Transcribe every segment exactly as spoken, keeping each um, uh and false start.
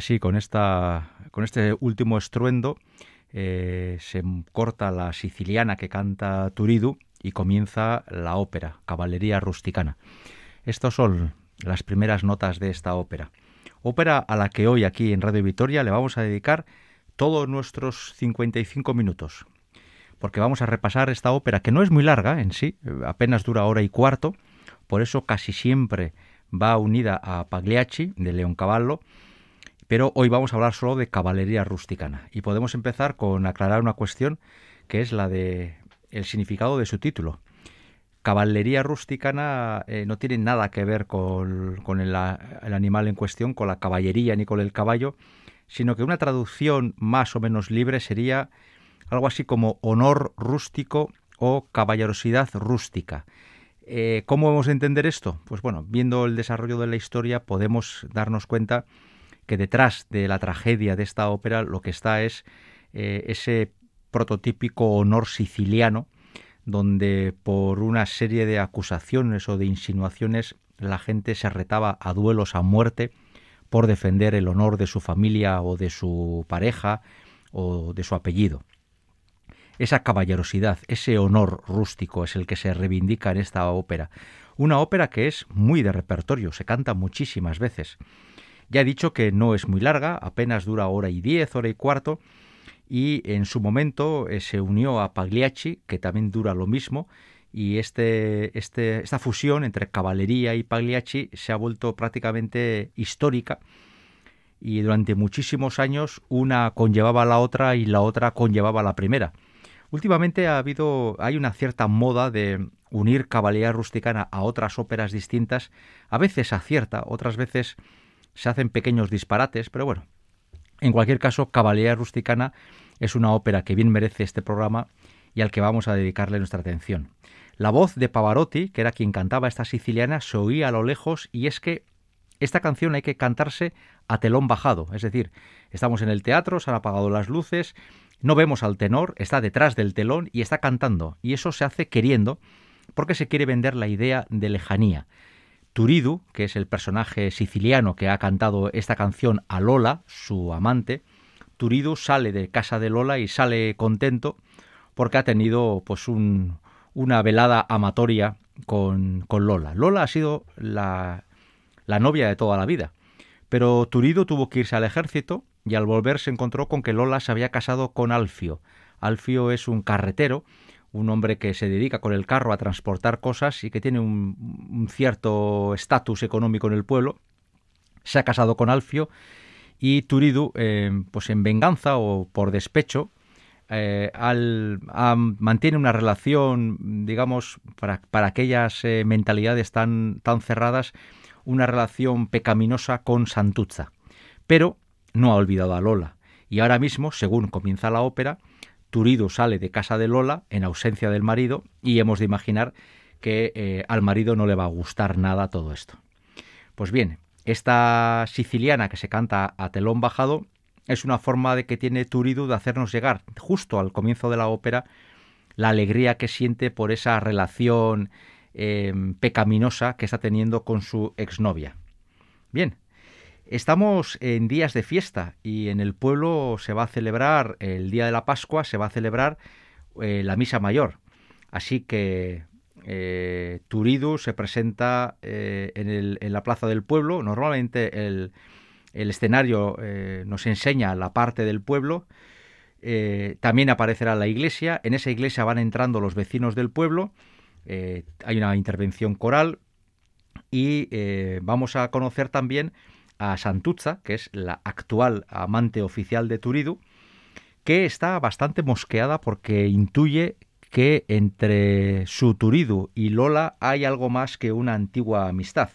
Así, con esta, con este último estruendo, eh, se corta la siciliana que canta Turiddu y comienza la ópera, Cavalleria Rusticana. Estas son las primeras notas de esta ópera. Ópera a la que hoy aquí en Radio Vitoria le vamos a dedicar todos nuestros cincuenta y cinco minutos, porque vamos a repasar esta ópera que no es muy larga en sí, apenas dura hora y cuarto, por eso casi siempre va unida a Pagliacci de Leoncavallo, pero hoy vamos a hablar solo de Cavalleria Rusticana y podemos empezar con aclarar una cuestión que es la de el significado de su título. Cavalleria Rusticana eh, no tiene nada que ver con, con el, el animal en cuestión, con la caballería ni con el caballo, sino que una traducción más o menos libre sería algo así como honor rústico o caballerosidad rústica. Eh, ¿Cómo hemos de entender esto? Pues bueno, viendo el desarrollo de la historia podemos darnos cuenta que detrás de la tragedia de esta ópera lo que está es eh, ese prototípico honor siciliano, donde por una serie de acusaciones o de insinuaciones la gente se retaba a duelos a muerte por defender el honor de su familia o de su pareja o de su apellido. Esa caballerosidad, ese honor rústico es el que se reivindica en esta ópera. Una ópera que es muy de repertorio, se canta muchísimas veces. Ya he dicho que no es muy larga, apenas dura hora y diez, hora y cuarto, y en su momento eh, se unió a Pagliacci, que también dura lo mismo, y este, este, esta fusión entre caballería y Pagliacci se ha vuelto prácticamente histórica, y durante muchísimos años una conllevaba a la otra y la otra conllevaba a la primera. Últimamente ha habido, hay una cierta moda de unir Cavalleria Rusticana a otras óperas distintas, a veces acierta, otras veces se hacen pequeños disparates, pero bueno, en cualquier caso, Cavalleria Rusticana es una ópera que bien merece este programa y al que vamos a dedicarle nuestra atención. La voz de Pavarotti, que era quien cantaba esta siciliana, se oía a lo lejos, y es que esta canción hay que cantarse a telón bajado, es decir, estamos en el teatro, se han apagado las luces, no vemos al tenor, está detrás del telón y está cantando, y eso se hace queriendo porque se quiere vender la idea de lejanía. Turiddu, que es el personaje siciliano que ha cantado esta canción a Lola, su amante, Turiddu sale de casa de Lola y sale contento porque ha tenido pues un, una velada amatoria con, con Lola. Lola ha sido la, la novia de toda la vida, pero Turiddu tuvo que irse al ejército y al volver se encontró con que Lola se había casado con Alfio. Alfio es un carretero, un hombre que se dedica con el carro a transportar cosas y que tiene un, un cierto estatus económico en el pueblo. Se ha casado con Alfio y Turiddu, eh, pues en venganza o por despecho, eh, al, a, mantiene una relación, digamos, para, para aquellas eh, mentalidades tan, tan cerradas, una relación pecaminosa con Santuzza. Pero no ha olvidado a Lola. Y ahora mismo, según comienza la ópera, Turiddu sale de casa de Lola en ausencia del marido y hemos de imaginar que eh, al marido no le va a gustar nada todo esto. Pues bien, esta siciliana que se canta a telón bajado es una forma de que tiene Turiddu de hacernos llegar justo al comienzo de la ópera la alegría que siente por esa relación eh, pecaminosa que está teniendo con su exnovia. Bien. Estamos en días de fiesta y en el pueblo se va a celebrar, el día de la Pascua, se va a celebrar eh, la Misa Mayor. Así que eh, Turiddu se presenta eh, en, el, en la plaza del pueblo. Normalmente el, el escenario eh, nos enseña la parte del pueblo. Eh, también aparecerá la iglesia. En esa iglesia van entrando los vecinos del pueblo. Eh, hay una intervención coral y eh, vamos a conocer también a Santuzza, que es la actual amante oficial de Turiddu, que está bastante mosqueada porque intuye que entre su Turiddu y Lola hay algo más que una antigua amistad.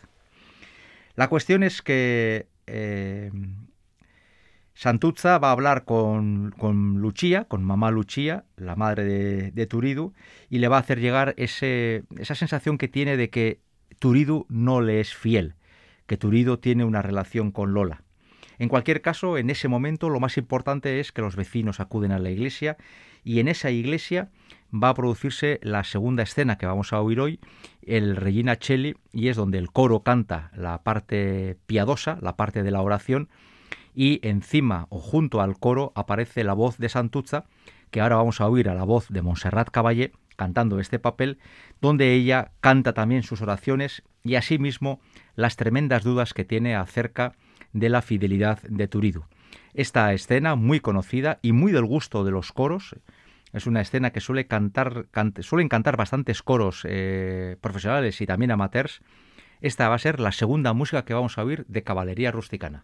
La cuestión es que eh, Santuzza va a hablar con, con Lucia, con mamá Lucia, la madre de, de Turiddu, y le va a hacer llegar ese, esa sensación que tiene de que Turiddu no le es fiel, que Turiddu tiene una relación con Lola. En cualquier caso, en ese momento lo más importante es que los vecinos acuden a la iglesia y en esa iglesia va a producirse la segunda escena que vamos a oír hoy, el Regina Coeli, y es donde el coro canta la parte piadosa, la parte de la oración, y encima o junto al coro aparece la voz de Santuzza, que ahora vamos a oír a la voz de Montserrat Caballé cantando este papel, donde ella canta también sus oraciones y asimismo las tremendas dudas que tiene acerca de la fidelidad de Turiddu. Esta escena, muy conocida y muy del gusto de los coros, es una escena que suele cantar, cante, suelen cantar bastantes coros eh, profesionales y también amateurs. Esta va a ser la segunda música que vamos a oír de Caballería Rusticana.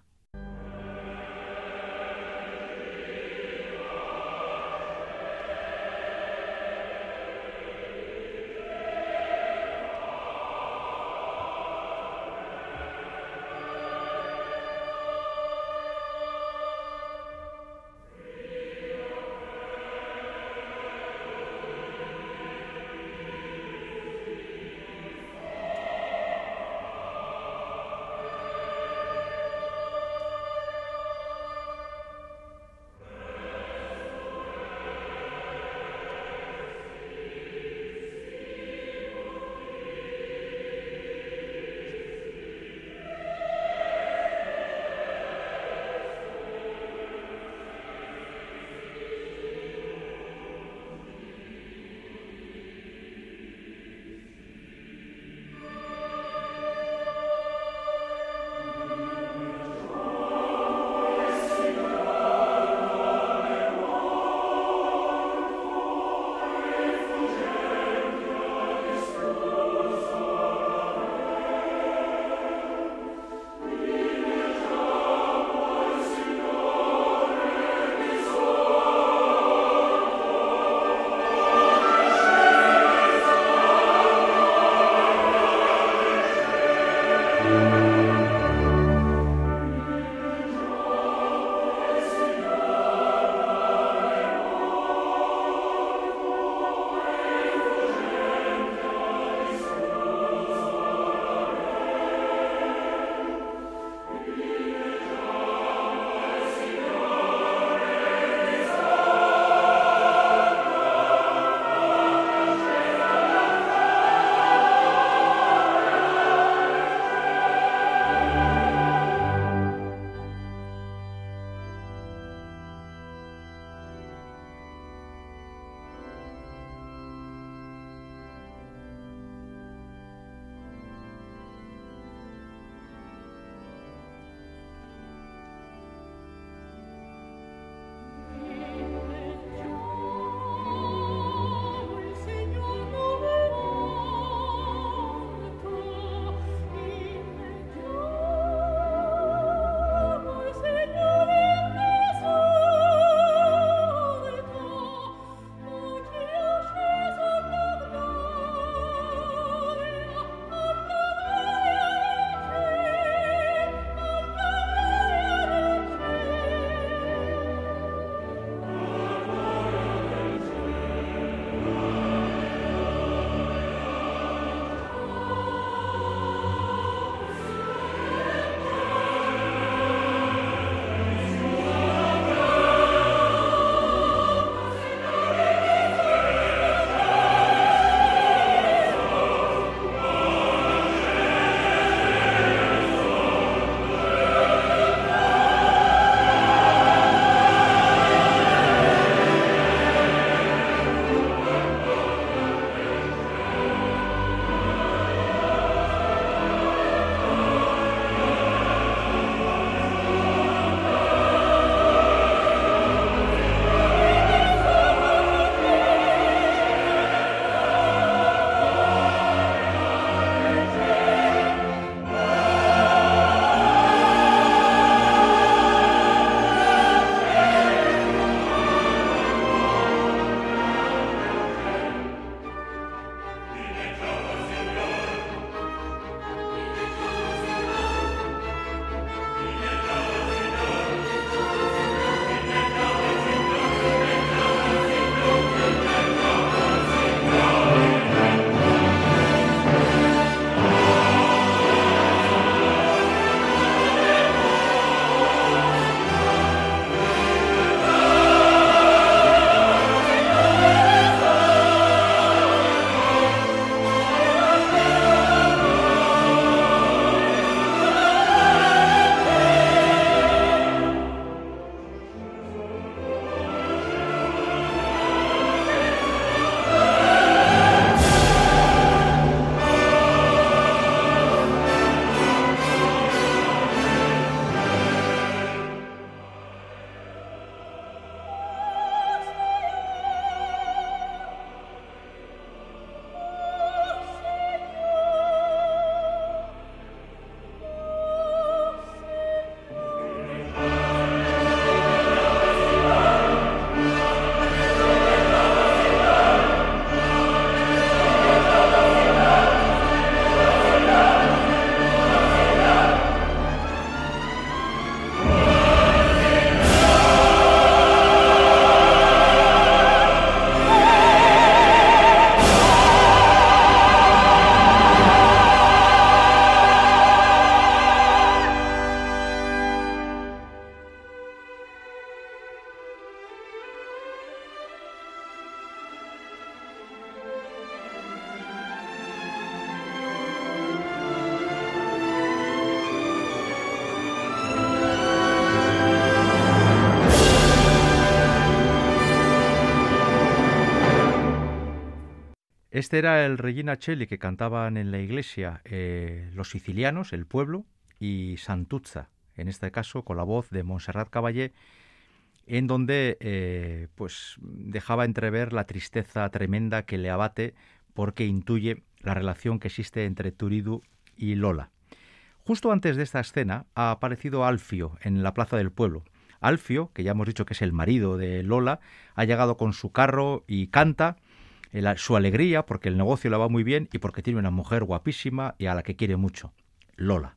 Este era el Regina Coeli que cantaban en la iglesia eh, los sicilianos, el pueblo, y Santuzza, en este caso con la voz de Montserrat Caballé, en donde eh, pues dejaba entrever la tristeza tremenda que le abate porque intuye la relación que existe entre Turiddu y Lola. Justo antes de esta escena ha aparecido Alfio en la plaza del pueblo. Alfio, que ya hemos dicho que es el marido de Lola, ha llegado con su carro y canta el, su alegría porque el negocio le va muy bien y porque tiene una mujer guapísima y a la que quiere mucho, Lola.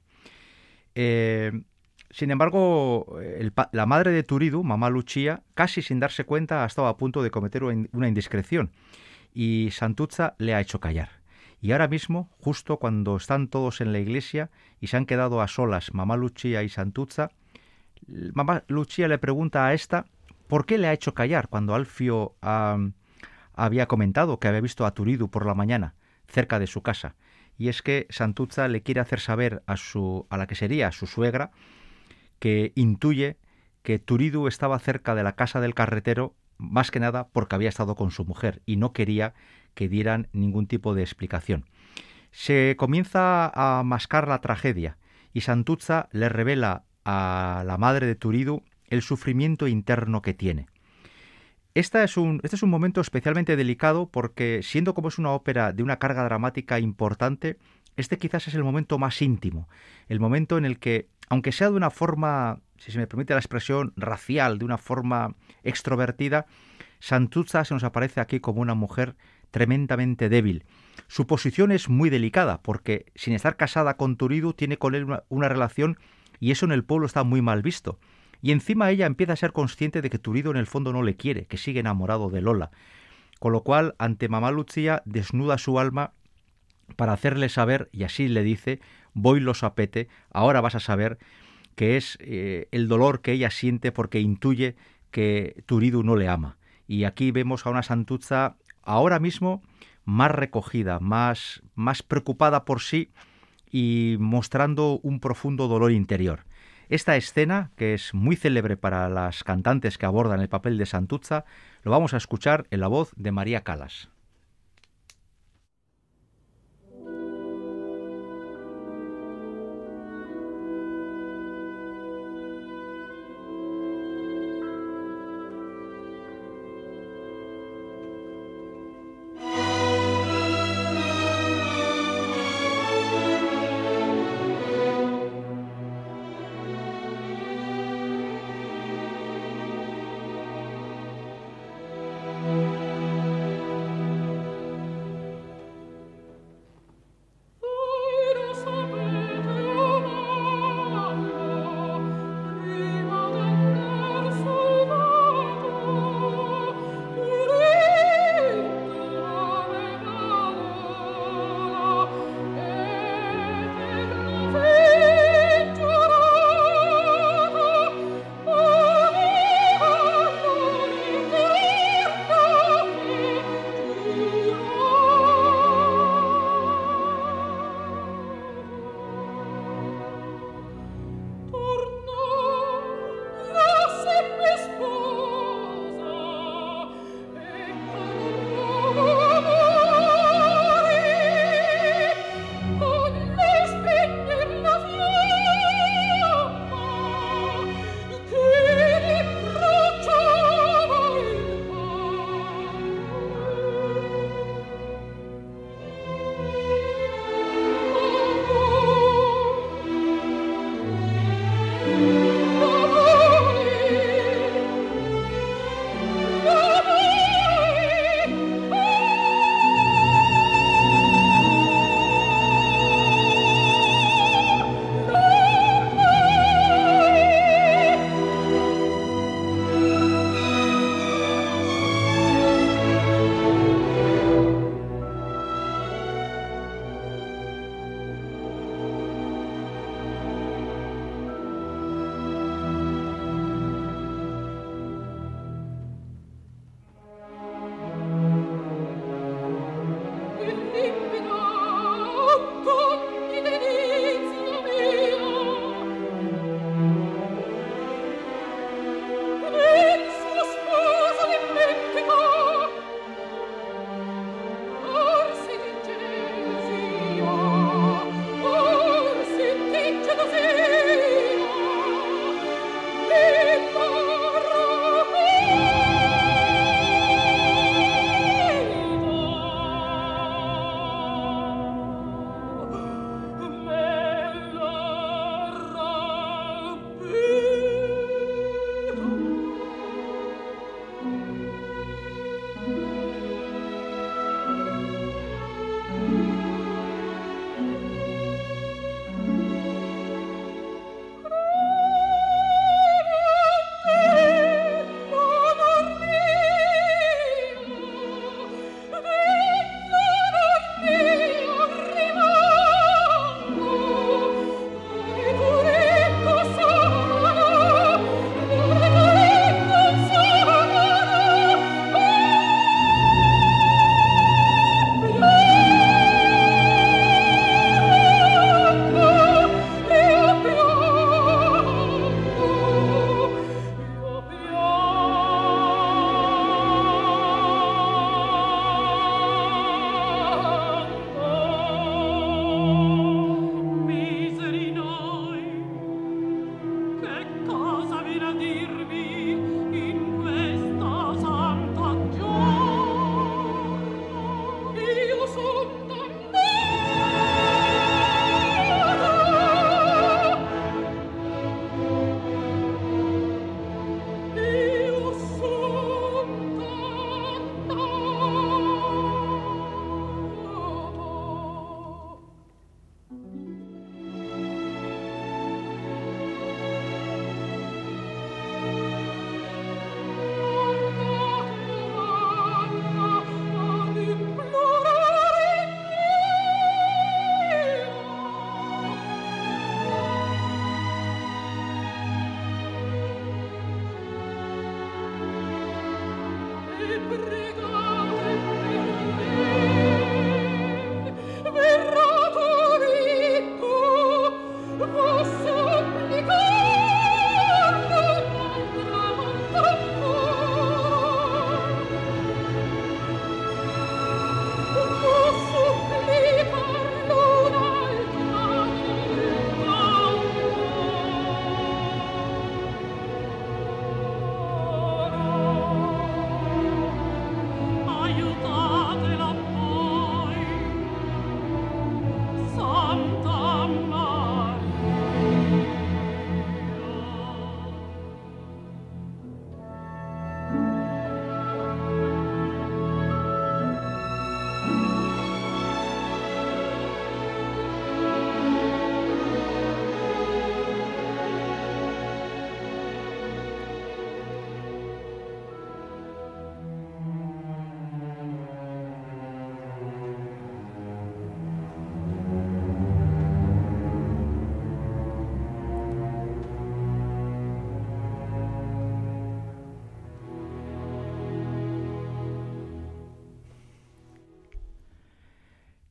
Eh, sin embargo, el, la madre de Turiddu, mamá Lucia, casi sin darse cuenta ha estado a punto de cometer una indiscreción y Santuzza le ha hecho callar. Y ahora mismo, justo cuando están todos en la iglesia y se han quedado a solas mamá Lucia y Santuzza, mamá Lucia le pregunta a esta por qué le ha hecho callar cuando Alfio ha, había comentado que había visto a Turiddu por la mañana cerca de su casa. Y es que Santuzza le quiere hacer saber a, su, a la que sería su suegra que intuye que Turiddu estaba cerca de la casa del carretero más que nada porque había estado con su mujer y no quería que dieran ningún tipo de explicación. Se comienza a mascar la tragedia y Santuzza le revela a la madre de Turiddu el sufrimiento interno que tiene. Esta es un, este es un momento especialmente delicado porque, siendo como es una ópera de una carga dramática importante, este quizás es el momento más íntimo, el momento en el que, aunque sea de una forma, si se me permite la expresión, racial, de una forma extrovertida, Santuzza se nos aparece aquí como una mujer tremendamente débil. Su posición es muy delicada porque, sin estar casada con Turiddu, tiene con él una, una relación y eso en el pueblo está muy mal visto. Y encima ella empieza a ser consciente de que Turiddu en el fondo no le quiere, que sigue enamorado de Lola. Con lo cual, ante mamá Lucia, desnuda su alma para hacerle saber, y así le dice, voy lo sapete, ahora vas a saber que es eh, el dolor que ella siente porque intuye que Turiddu no le ama. Y aquí vemos a una Santuzza ahora mismo más recogida, más, más preocupada por sí y mostrando un profundo dolor interior. Esta escena, que es muy célebre para las cantantes que abordan el papel de Santuzza, lo vamos a escuchar en la voz de María Callas.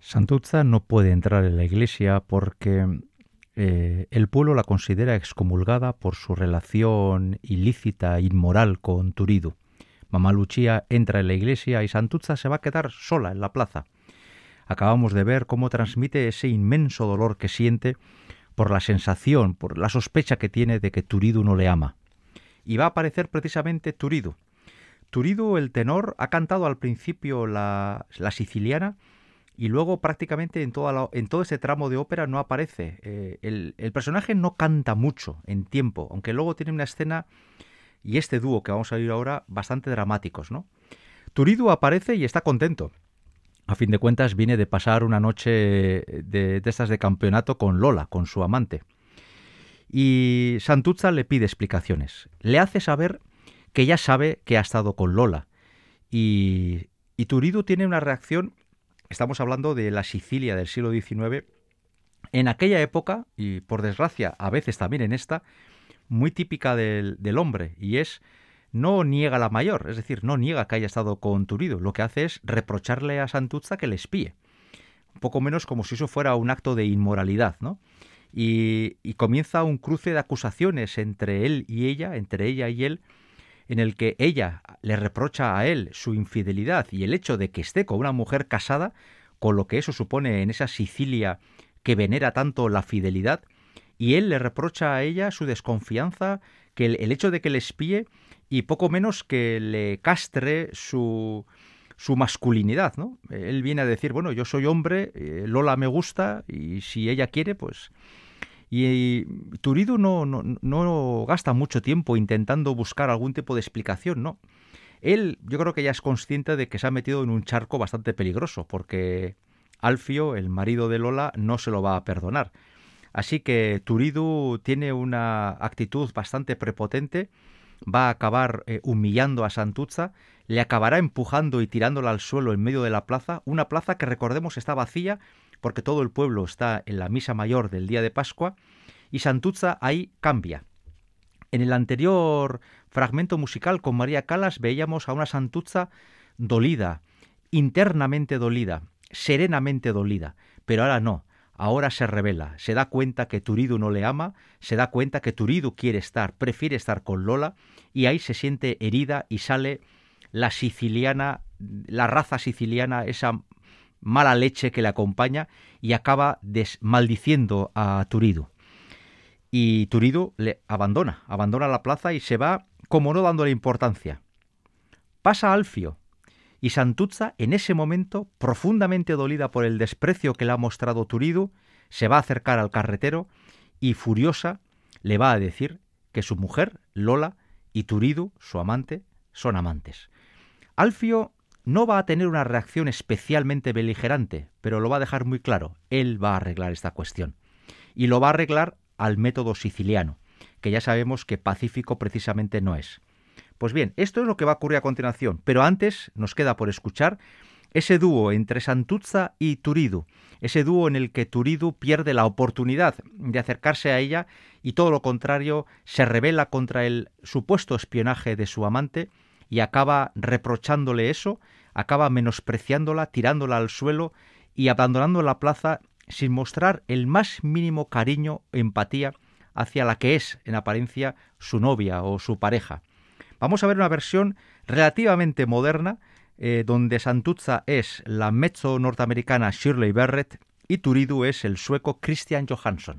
Santuzza no puede entrar en la iglesia porque eh, el pueblo la considera excomulgada por su relación ilícita, inmoral con Turiddu. Mamá Lucia entra en la iglesia y Santuzza se va a quedar sola en la plaza. Acabamos de ver cómo transmite ese inmenso dolor que siente por la sensación, por la sospecha que tiene de que Turiddu no le ama. Y va a aparecer precisamente Turiddu. Turiddu, el tenor, ha cantado al principio la, la siciliana y luego prácticamente en, toda la, en todo ese tramo de ópera no aparece. Eh, el, el personaje no canta mucho en tiempo, aunque luego tiene una escena y este dúo que vamos a oír ahora bastante dramáticos, ¿no? Turiddu aparece y está contento. A fin de cuentas viene de pasar una noche de, de estas de campeonato con Lola, con su amante. Y Santuzza le pide explicaciones. Le hace saber que ya sabe que ha estado con Lola. Y, y Turiddu tiene una reacción, estamos hablando de la Sicilia del siglo diecinueve, en aquella época, y por desgracia a veces también en esta, muy típica del, del hombre, y es no niega la mayor, es decir, no niega que haya estado con Turiddu, lo que hace es reprocharle a Santuzza que le espíe, un poco menos como si eso fuera un acto de inmoralidad, ¿no? Y, y comienza un cruce de acusaciones entre él y ella, entre ella y él, en el que ella le reprocha a él su infidelidad y el hecho de que esté con una mujer casada, con lo que eso supone en esa Sicilia que venera tanto la fidelidad, y él le reprocha a ella su desconfianza, que el, el hecho de que le espíe y poco menos que le castre su, su masculinidad, ¿no? Él viene a decir, bueno, yo soy hombre, eh, Lola me gusta y si ella quiere, pues... Y, y Turiddu no, no, no gasta mucho tiempo intentando buscar algún tipo de explicación, ¿no? Él, yo creo que ya es consciente de que se ha metido en un charco bastante peligroso, porque Alfio, el marido de Lola, no se lo va a perdonar. Así que Turiddu tiene una actitud bastante prepotente, va a acabar eh, humillando a Santuzza, le acabará empujando y tirándola al suelo en medio de la plaza, una plaza que recordemos está vacía porque todo el pueblo está en la misa mayor del día de Pascua y Santuzza ahí cambia. En el anterior fragmento musical con María Callas veíamos a una Santuzza dolida, internamente dolida, serenamente dolida, pero ahora no. Ahora se revela, se da cuenta que Turiddu no le ama, se da cuenta que Turiddu quiere estar, prefiere estar con Lola, y ahí se siente herida y sale la siciliana, la raza siciliana, esa mala leche que le acompaña, y acaba des- maldiciendo a Turiddu. Y Turiddu le abandona, abandona la plaza y se va como no dándole importancia. Pasa Alfio. Y Santuzza, en ese momento, profundamente dolida por el desprecio que le ha mostrado Turiddu, se va a acercar al carretero y, furiosa, le va a decir que su mujer, Lola, y Turiddu, su amante, son amantes. Alfio no va a tener una reacción especialmente beligerante, pero lo va a dejar muy claro. Él va a arreglar esta cuestión. Y lo va a arreglar al método siciliano, que ya sabemos que pacífico precisamente no es. Pues bien, esto es lo que va a ocurrir a continuación, pero antes nos queda por escuchar ese dúo entre Santuzza y Turiddu, ese dúo en el que Turiddu pierde la oportunidad de acercarse a ella y todo lo contrario se rebela contra el supuesto espionaje de su amante y acaba reprochándole eso, acaba menospreciándola, tirándola al suelo y abandonando la plaza sin mostrar el más mínimo cariño o empatía hacia la que es, en apariencia, su novia o su pareja. Vamos a ver una versión relativamente moderna, eh, donde Santuzza es la mezzo norteamericana Shirley Barrett y Turiddu es el sueco Christian Johansson.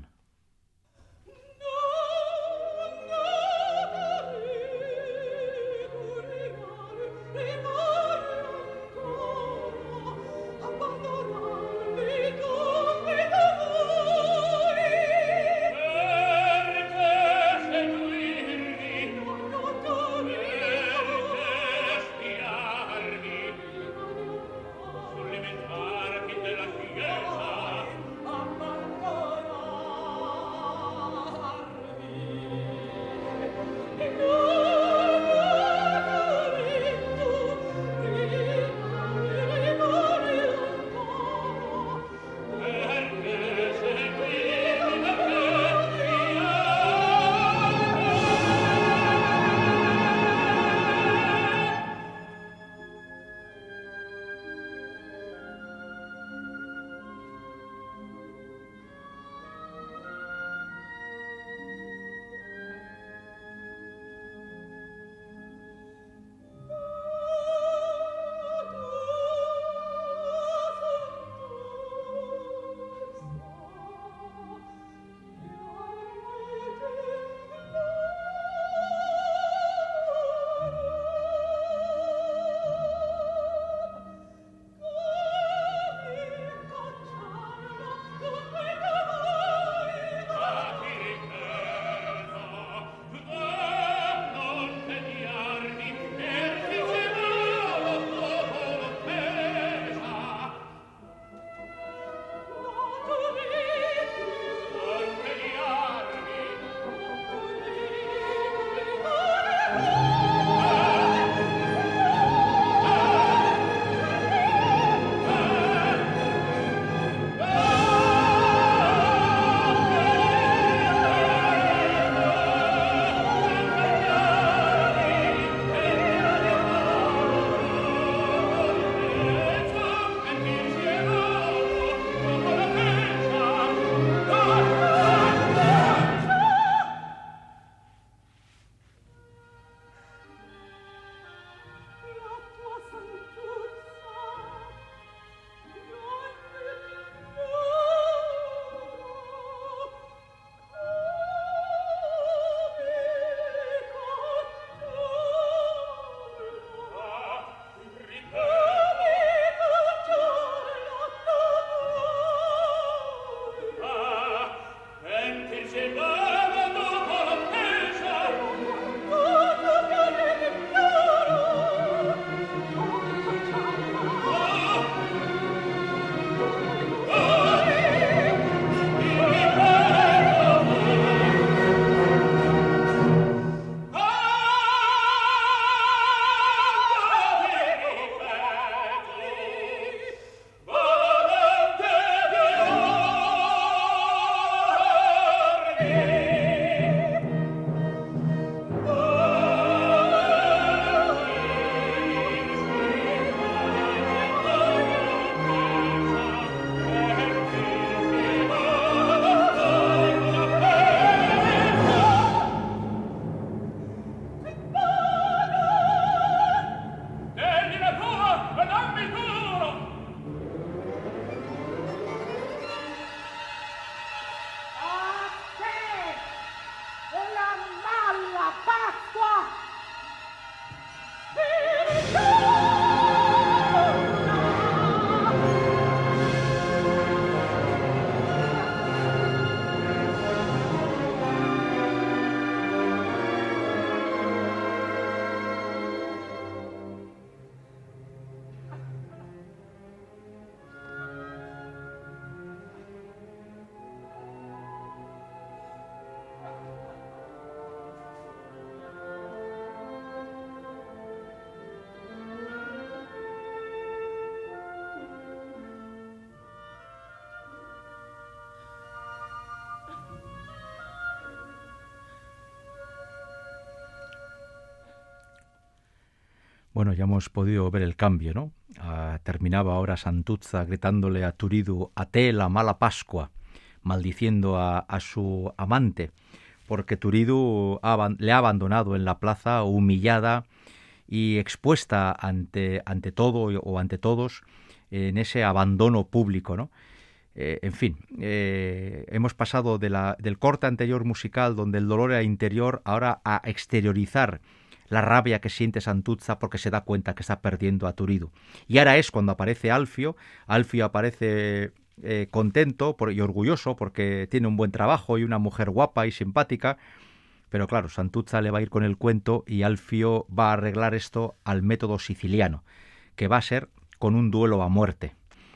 Bueno, ya hemos podido ver el cambio, ¿no? Ah, terminaba ahora Santuzza gritándole a Turiddu, a te la mala Pascua, maldiciendo a, a su amante, porque Turiddu ha aban- le ha abandonado en la plaza humillada y expuesta ante, ante todo o ante todos en ese abandono público, ¿no? Eh, en fin, eh, hemos pasado de la, del corte anterior musical, donde el dolor era interior, ahora a exteriorizar la rabia que siente Santuzza porque se da cuenta que está perdiendo a Turiddu. Y ahora es cuando aparece Alfio. Alfio aparece eh, contento por, y orgulloso porque tiene un buen trabajo y una mujer guapa y simpática. Pero claro, Santuzza le va a ir con el cuento y Alfio va a arreglar esto al método siciliano, que va a ser con un duelo a muerte.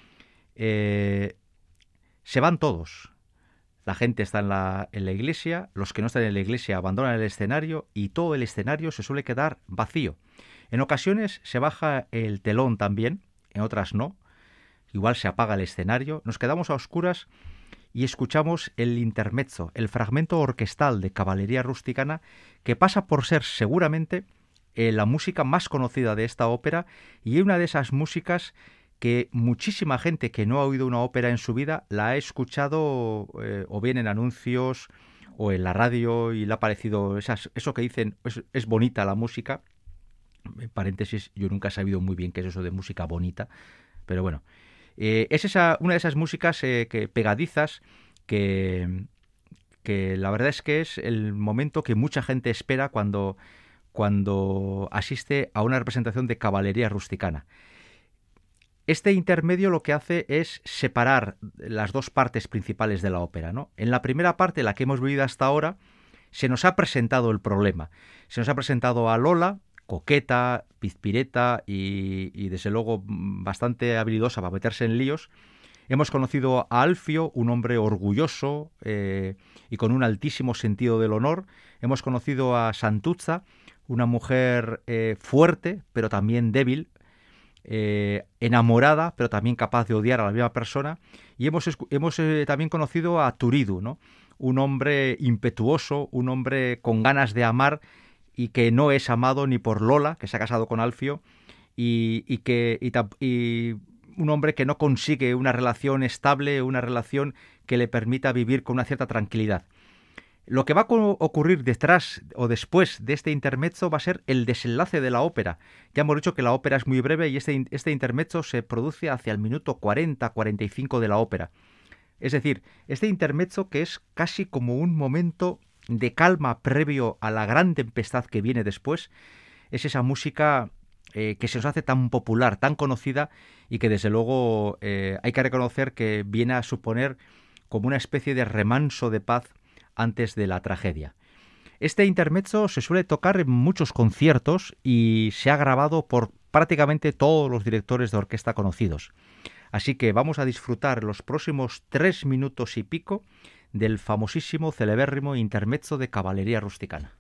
Eh, Se van todos. La gente está en la, en la iglesia, los que no están en la iglesia abandonan el escenario y todo el escenario se suele quedar vacío. En ocasiones se baja el telón también, en otras no. Igual se apaga el escenario, nos quedamos a oscuras y escuchamos el intermezzo, el fragmento orquestal de Caballería Rusticana, que pasa por ser seguramente eh, la música más conocida de esta ópera y una de esas músicas que muchísima gente que no ha oído una ópera en su vida la ha escuchado eh, o bien en anuncios o en la radio y le ha parecido esas, eso que dicen, es, es bonita la música. En paréntesis, yo nunca he sabido muy bien qué es eso de música bonita, pero bueno, eh, es esa, una de esas músicas eh, que, pegadizas que, que la verdad es que es el momento que mucha gente espera cuando, cuando asiste a una representación de caballería rusticana. Este intermedio lo que hace es separar las dos partes principales de la ópera, ¿no? En la primera parte, la que hemos vivido hasta ahora, se nos ha presentado el problema. Se nos ha presentado a Lola, coqueta, pizpireta y, y desde luego bastante habilidosa para meterse en líos. Hemos conocido a Alfio, un hombre orgulloso eh, y con un altísimo sentido del honor. Hemos conocido a Santuzza, una mujer eh, fuerte, pero también débil, eh, enamorada, pero también capaz de odiar a la misma persona. Y hemos, hemos eh, también conocido a Turiddu, ¿no? Un hombre impetuoso, un hombre con ganas de amar y que no es amado ni por Lola, que se ha casado con Alfio, y, y que y, y un hombre que no consigue una relación estable, una relación que le permita vivir con una cierta tranquilidad. Lo que va a ocurrir detrás o después de este intermezzo va a ser el desenlace de la ópera. Ya hemos dicho que la ópera es muy breve y este, este intermezzo se produce hacia el minuto cuarenta a cuarenta y cinco de la ópera. Es decir, este intermezzo, que es casi como un momento de calma previo a la gran tempestad que viene después, es esa música eh, que se nos hace tan popular, tan conocida y que desde luego eh, hay que reconocer que viene a suponer como una especie de remanso de paz antes de la tragedia. Este intermezzo se suele tocar en muchos conciertos y se ha grabado por prácticamente todos los directores de orquesta conocidos. Así que vamos a disfrutar los próximos tres minutos y pico del famosísimo, celebérrimo intermezzo de Caballería Rusticana.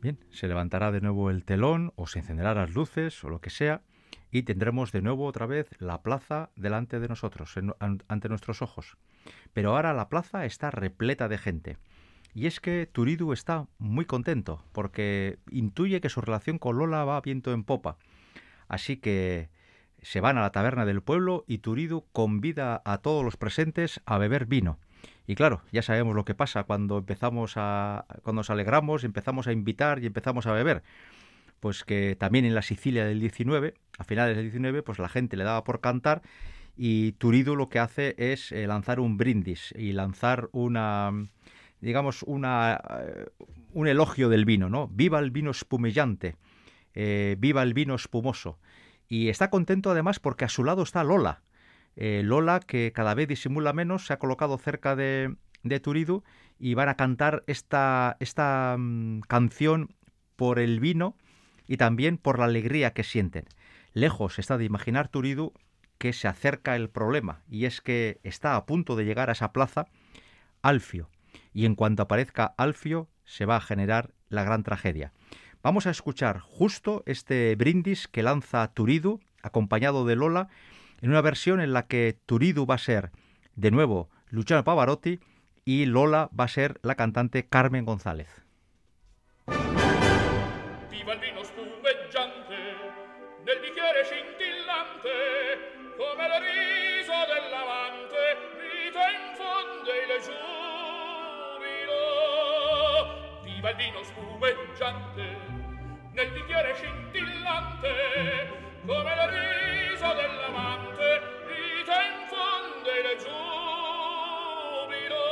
Bien, se levantará de nuevo el telón o se encenderán las luces o lo que sea y tendremos de nuevo otra vez la plaza delante de nosotros, en, an, ante nuestros ojos. Pero ahora la plaza está repleta de gente. Y es que Turiddu está muy contento porque intuye que su relación con Lola va viento en popa. Así que se van a la taberna del pueblo y Turiddu convida a todos los presentes a beber vino. Y claro, ya sabemos lo que pasa cuando empezamos a, cuando nos alegramos, empezamos a invitar y empezamos a beber. Pues que también en la Sicilia del diecinueve, a finales del diecinueve, pues la gente le daba por cantar y Turiddu lo que hace es eh, lanzar un brindis y lanzar una, digamos, una, uh, un elogio del vino, ¿no? Viva el vino espumillante, eh, viva el vino espumoso. Y está contento además porque a su lado está Lola. Eh, Lola, que cada vez disimula menos, se ha colocado cerca de, de Turiddu y van a cantar esta, esta um, canción por el vino y también por la alegría que sienten. Lejos está de imaginar Turiddu que se acerca el problema, y es que está a punto de llegar a esa plaza Alfio, y en cuanto aparezca Alfio se va a generar la gran tragedia. Vamos a escuchar justo este brindis que lanza Turiddu, acompañado de Lola, en una versión en la que Turiddu va a ser, de nuevo, Luciano Pavarotti, y Lola va a ser la cantante Carmen González. Viva il vino spumeggiante, nel bicchiere scintillante, come il riso dell'amante, vita infonde il giubilo. Viva il vino spumeggiante, nel bicchiere scintillante, come il riso dell'amante, vita infonde il giubilo.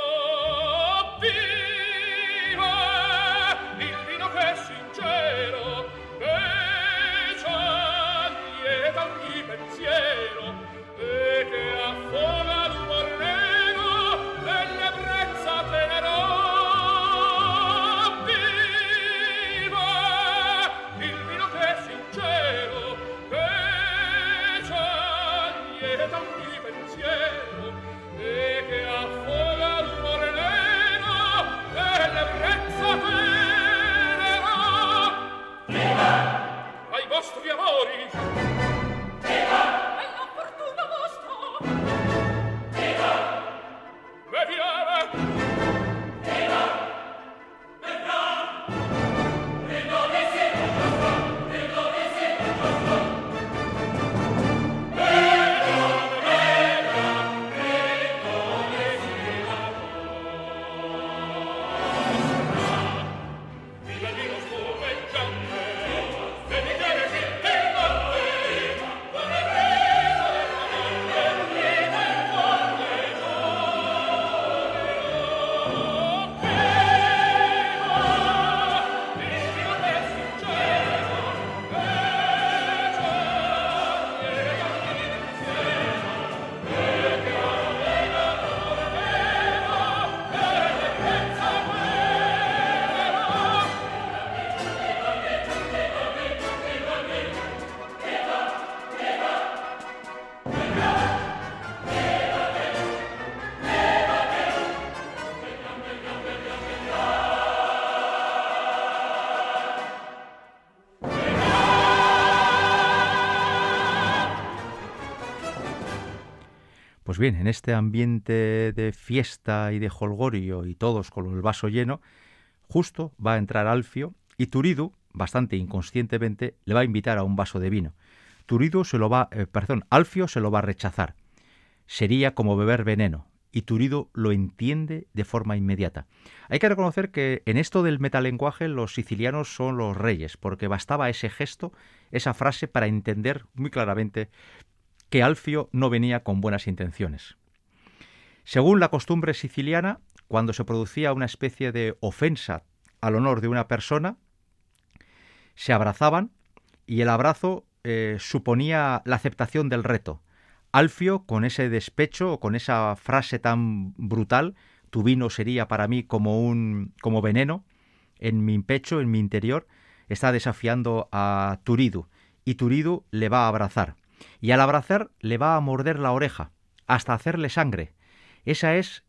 Viva il vino che è sincero, che c'ha lieta ogni pensiero e che affoga l'umor nero nell'ebbrezza tenero. Viva il vino che è sincero, che c'ha lieta ogni pensiero e che affoga l'umor nero nell'ebbrezza tenero. Ai vostri amori, alla fortuna vostra, beviamo. Viva il vino spumeggiante, nel bicchiere scintillante, come il riso dell'amante, vita infonde il giubilo. Viva il vino che è sincero, che c'ha lieta ogni pensiero e che affoga l'umor nero nell'ebbrezza tenero. Pues bien, en este ambiente de fiesta y de jolgorio y todos con el vaso lleno, justo va a entrar Alfio y Turiddu, bastante inconscientemente, le va a invitar a un vaso de vino. Turiddu se lo va, eh, perdón, Alfio se lo va a rechazar. Sería como beber veneno y Turiddu lo entiende de forma inmediata. Hay que reconocer que en esto del metalenguaje los sicilianos son los reyes, porque bastaba ese gesto, esa frase para entender muy claramente que Alfio no venía con buenas intenciones. Según la costumbre siciliana, cuando se producía una especie de ofensa al honor de una persona, se abrazaban y el abrazo eh, suponía la aceptación del reto. Alfio, con ese despecho, con esa frase tan brutal, tu vino sería para mí como un como veneno en mi pecho, en mi interior, está desafiando a Turiddu y Turiddu le va a abrazar. Y al abrazar le va a morder la oreja hasta hacerle sangre. Esa es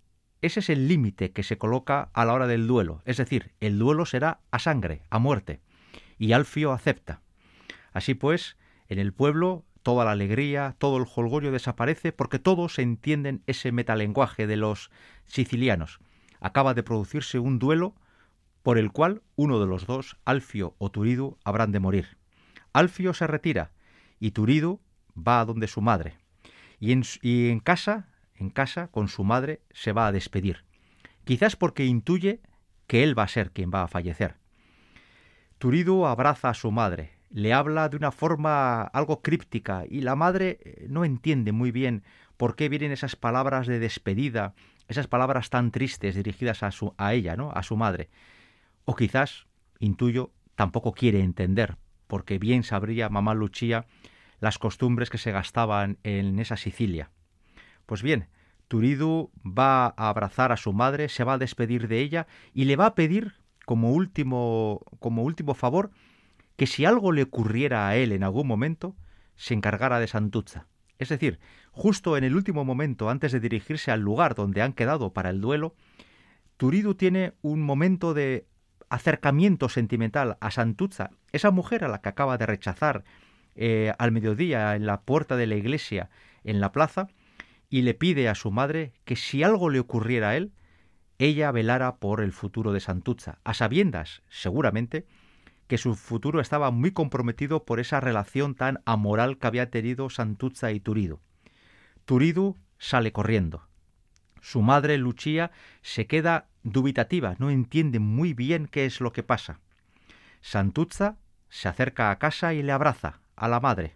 ese es el límite que se coloca a la hora del duelo. Es decir, el duelo será a sangre, a muerte. Y Alfio acepta. Así pues, en el pueblo toda la alegría, todo el jolgorio desaparece porque todos entienden ese metalenguaje de los sicilianos. Acaba de producirse un duelo por el cual uno de los dos, Alfio o Turidu, habrán de morir. Alfio se retira y Turidu va a donde su madre. Y en, y en casa, en casa, con su madre, se va a despedir. Quizás porque intuye que él va a ser quien va a fallecer. Turidu abraza a su madre, le habla de una forma algo críptica y la madre no entiende muy bien por qué vienen esas palabras de despedida, esas palabras tan tristes dirigidas a, su, a ella, ¿no? A su madre. O quizás, intuyo, tampoco quiere entender, porque bien sabría mamá Lucia las costumbres que se gastaban en esa Sicilia. Pues bien, Turidu va a abrazar a su madre, se va a despedir de ella y le va a pedir como último, como último favor que si algo le ocurriera a él en algún momento, se encargara de Santuzza. Es decir, justo en el último momento, antes de dirigirse al lugar donde han quedado para el duelo, Turidu tiene un momento de acercamiento sentimental a Santuzza, esa mujer a la que acaba de rechazar eh, al mediodía en la puerta de la iglesia en la plaza, y le pide a su madre que si algo le ocurriera a él, ella velara por el futuro de Santuzza, a sabiendas, seguramente, que su futuro estaba muy comprometido por esa relación tan amoral que había tenido Santuzza y Turidu. Turidu sale corriendo. Su madre, Lucia, se queda dubitativa, no entiende muy bien qué es lo que pasa. Santuzza se acerca a casa y le abraza a la madre.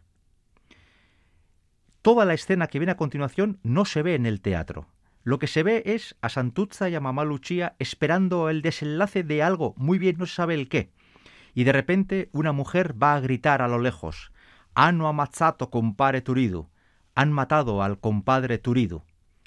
Toda la escena que viene a continuación no se ve en el teatro. Lo que se ve es a Santuzza y a mamá Lucia esperando el desenlace de algo, muy bien no se sabe el qué. Y de repente una mujer va a gritar a lo lejos: «Hanno ammazzato compare Turidu», han matado al compadre Turidu.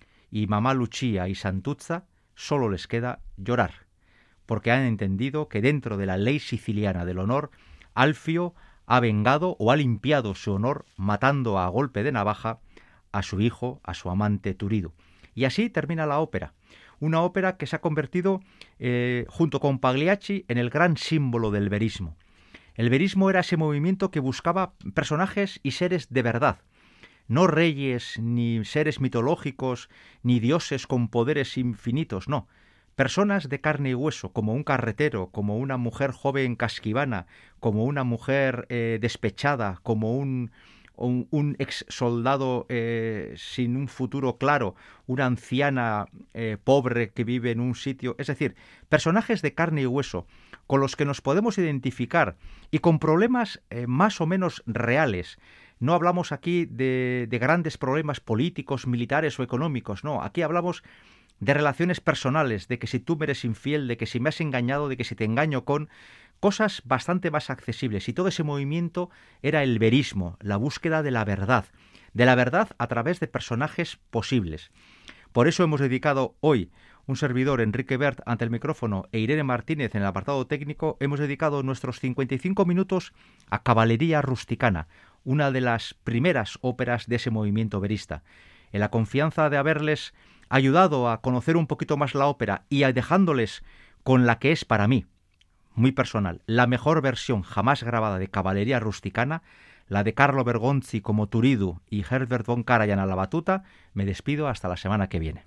Y mamá Lucia y Santuzza solo les queda llorar, porque han entendido que dentro de la ley siciliana del honor, Alfio ha vengado o ha limpiado su honor matando a golpe de navaja a su hijo, a su amante Turidu. Y así termina la ópera. Una ópera que se ha convertido, eh, junto con Pagliacci, en el gran símbolo del verismo. El verismo era ese movimiento que buscaba personajes y seres de verdad. No reyes, ni seres mitológicos, ni dioses con poderes infinitos, no. Personas de carne y hueso, como un carretero, como una mujer joven casquivana, como una mujer eh, despechada, como un, un, un ex soldado eh, sin un futuro claro, una anciana eh, pobre que vive en un sitio. Es decir, personajes de carne y hueso con los que nos podemos identificar y con problemas eh, más o menos reales. No hablamos aquí de, de grandes problemas políticos, militares o económicos, no. Aquí hablamos de relaciones personales, de que si tú me eres infiel, de que si me has engañado, de que si te engaño con cosas bastante más accesibles. Y todo ese movimiento era el verismo, la búsqueda de la verdad, de la verdad a través de personajes posibles. Por eso hemos dedicado hoy, un servidor, Enrique Bert, ante el micrófono, e Irene Martínez en el apartado técnico, hemos dedicado nuestros cincuenta y cinco minutos a Caballería Rusticana, una de las primeras óperas de ese movimiento verista. En la confianza de haberles ayudado a conocer un poquito más la ópera y a dejándoles con la que es para mí, muy personal, la mejor versión jamás grabada de Caballería Rusticana, la de Carlo Bergonzi como Turidu y Herbert von Karajan a la batuta, me despido hasta la semana que viene.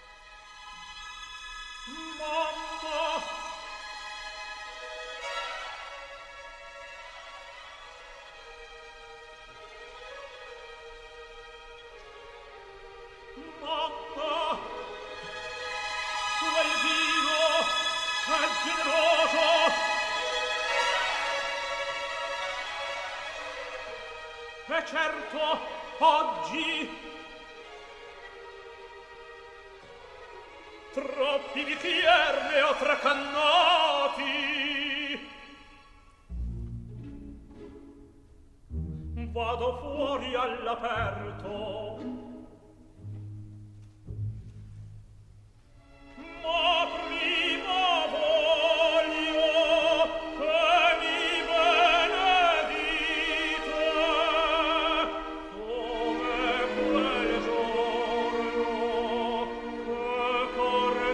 Certo, oggi troppi bicchier ne ho tracannati. Vado fuori all'aperto, ma prima voglio che mi benedite come quel giorno che corre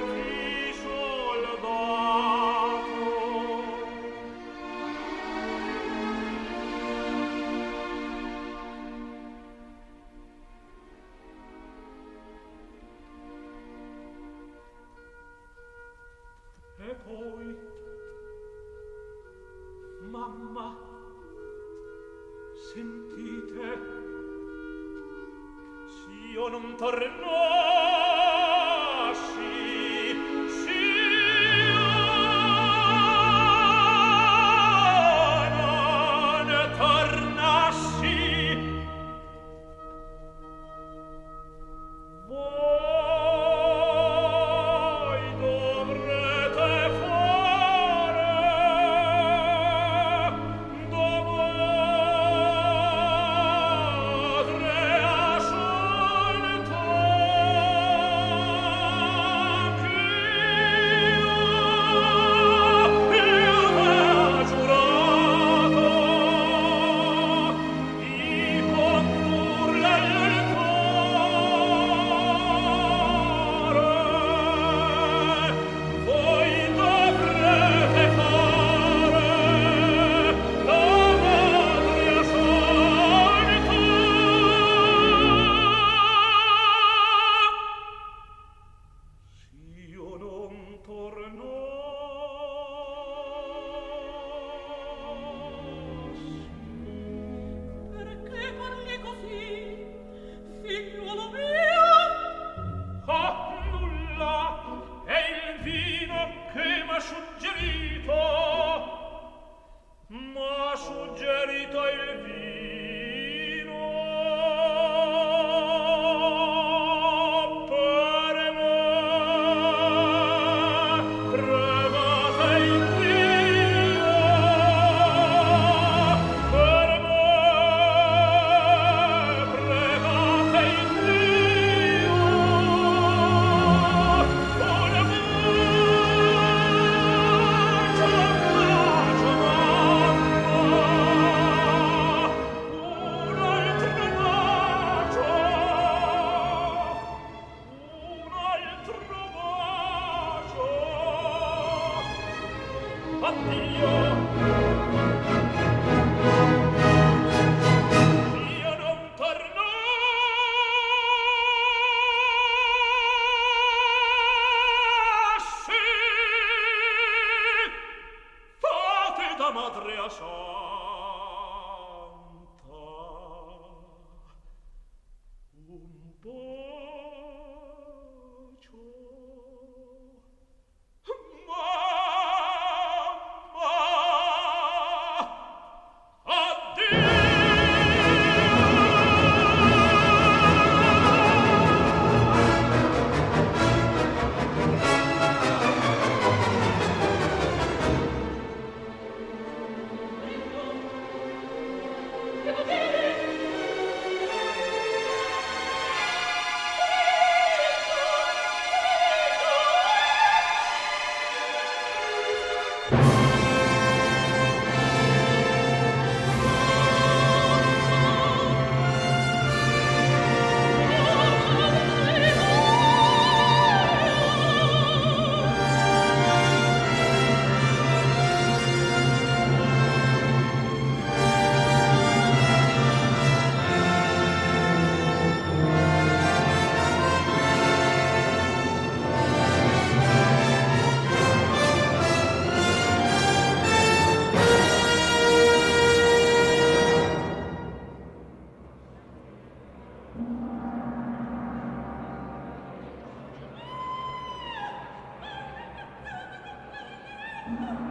lui. Mamma, sentite, s'io non tornassi, s'io non tornassi, voi dovrete fare da madre assolta, che io, io m'ha giurato di condurla al cuore. Voi dovrete fare da madre assolta. S'io non tornassi, Perché parli così, figliuolo mio? ah, nulla, è il vino che m'ha suggerito, m'ha suggerito il vino per me. Pregate il Dio per me, pregate il Dio. Una bacio, bacio, mamma, un altro bacio, un altro bacio. Addio. Io non tornassi, fate da madre a santa un bacio. Mamma, addio. Devo dire? Thank you.